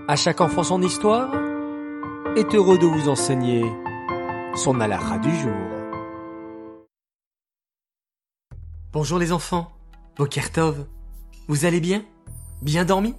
À chaque enfant son histoire est heureux de vous enseigner son halakha du jour. Bonjour les enfants, Boker Tov, vous allez bien? Bien dormi?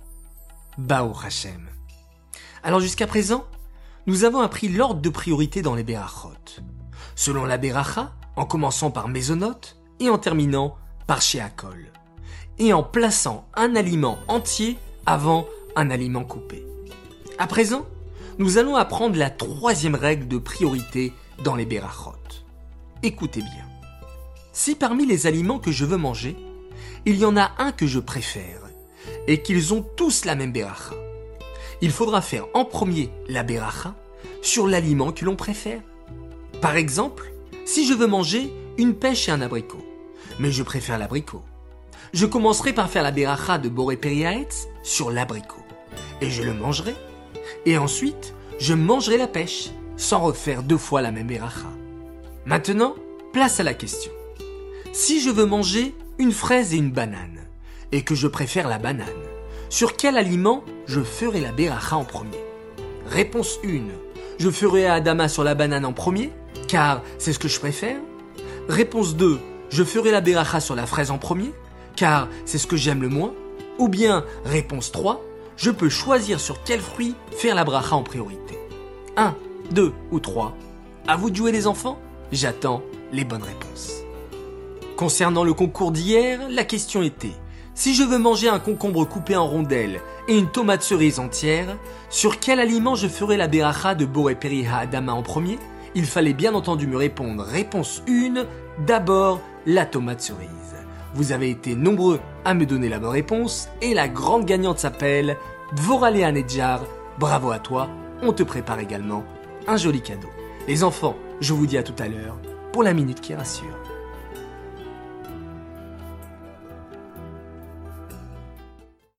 Baruch Hashem. Alors jusqu'à présent, nous avons appris l'ordre de priorité dans les berachot. Selon la beracha, en commençant par Mezonot et en terminant par Sheakol. Et en plaçant un aliment entier avant un aliment coupé. À présent, nous allons apprendre la troisième règle de priorité dans les berachot. Écoutez bien. Si parmi les aliments que je veux manger, il y en a un que je préfère et qu'ils ont tous la même beracha, il faudra faire en premier la beracha sur l'aliment que l'on préfère. Par exemple, si je veux manger une pêche et un abricot, mais je préfère l'abricot, je commencerai par faire la beracha de Boré Peri Haetz sur l'abricot, et je le mangerai. Et ensuite, je mangerai la pêche, sans refaire deux fois la même beracha. Maintenant, place à la question. Si je veux manger une fraise et une banane, et que je préfère la banane, sur quel aliment je ferai la beracha en premier? Réponse 1. Je ferai à Adama sur la banane en premier, car c'est ce que je préfère. Réponse 2. Je ferai la beracha sur la fraise en premier, car c'est ce que j'aime le moins. Ou bien, réponse 3. Je peux choisir sur quel fruit faire la bracha en priorité. 1, 2 ou 3. À vous de jouer les enfants, j'attends les bonnes réponses. Concernant le concours d'hier, la question était: si je veux manger un concombre coupé en rondelles et une tomate cerise entière, sur quel aliment je ferai la beracha de Boré Peri Haadama en premier? Il fallait bien entendu me répondre réponse 1, d'abord la tomate cerise. Vous avez été nombreux à me donner la bonne réponse et la grande gagnante s'appelle Dvorah Léa Nedjar. Bravo à toi, on te prépare également un joli cadeau. Les enfants, je vous dis à tout à l'heure pour la minute qui rassure.